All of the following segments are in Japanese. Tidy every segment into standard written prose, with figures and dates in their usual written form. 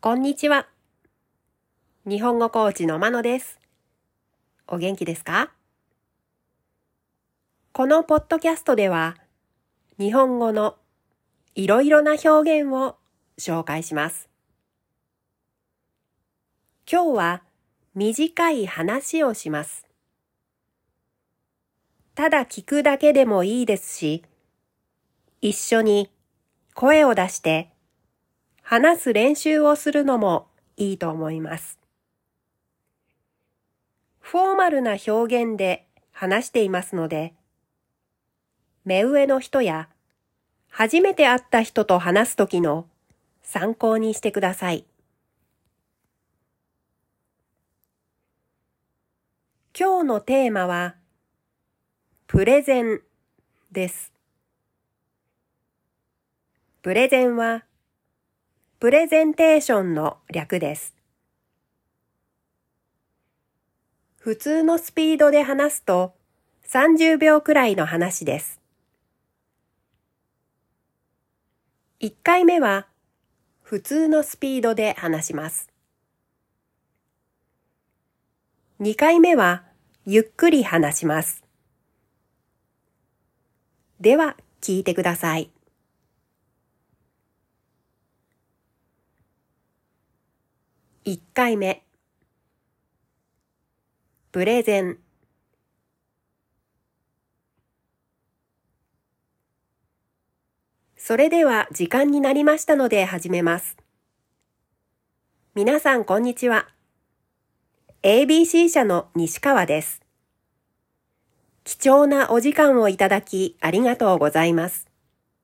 こんにちは。日本語コーチのまのです。お元気ですか？このポッドキャストでは、日本語のいろいろな表現を紹介します。今日は短い話をします。ただ聞くだけでもいいですし、一緒に声を出して話す練習をするのもいいと思います。フォーマルな表現で話していますので、目上の人や初めて会った人と話すときの参考にしてください。今日のテーマは、プレゼンです。プレゼンは、プレゼンテーションの略です。普通のスピードで話すと30秒くらいの話です。1回目は普通のスピードで話します。2回目はゆっくり話します。では聞いてください。1回目。プレゼン。それでは時間になりましたので始めます。皆さんこんにちは。ABC 社の西川です。貴重なお時間をいただきありがとうございます。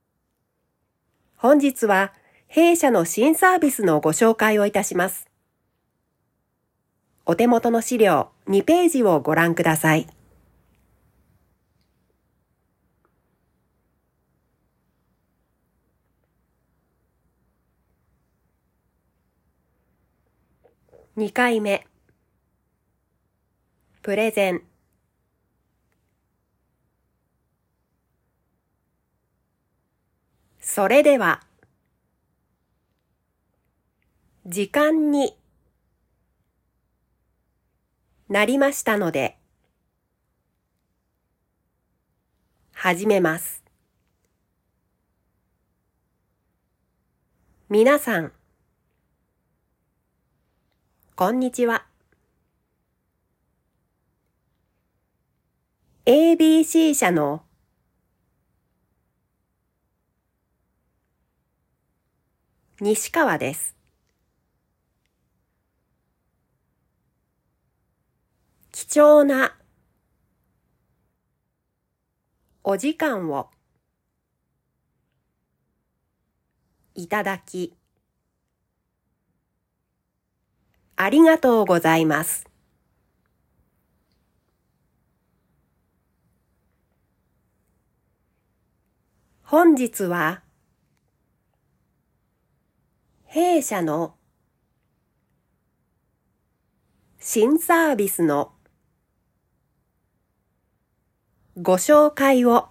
本日は弊社の新サービスのご紹介をいたします。お手元の資料2ページをご覧ください。2回目。プレゼン。それでは、時間になりましたので、始めます。皆さん、こんにちは。ABC 社の西川です。貴重なお時間をいただきありがとうございます。本日は弊社の新サービスのご紹介を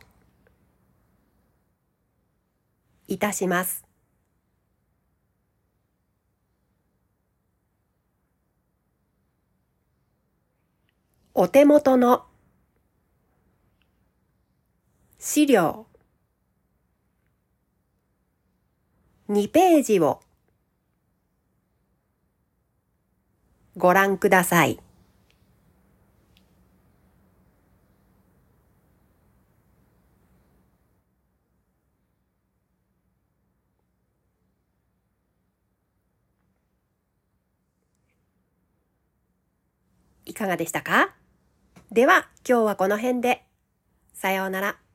いたします。お手元の資料2ページをご覧ください。いかがでしたか？では今日はこの辺で。さようなら。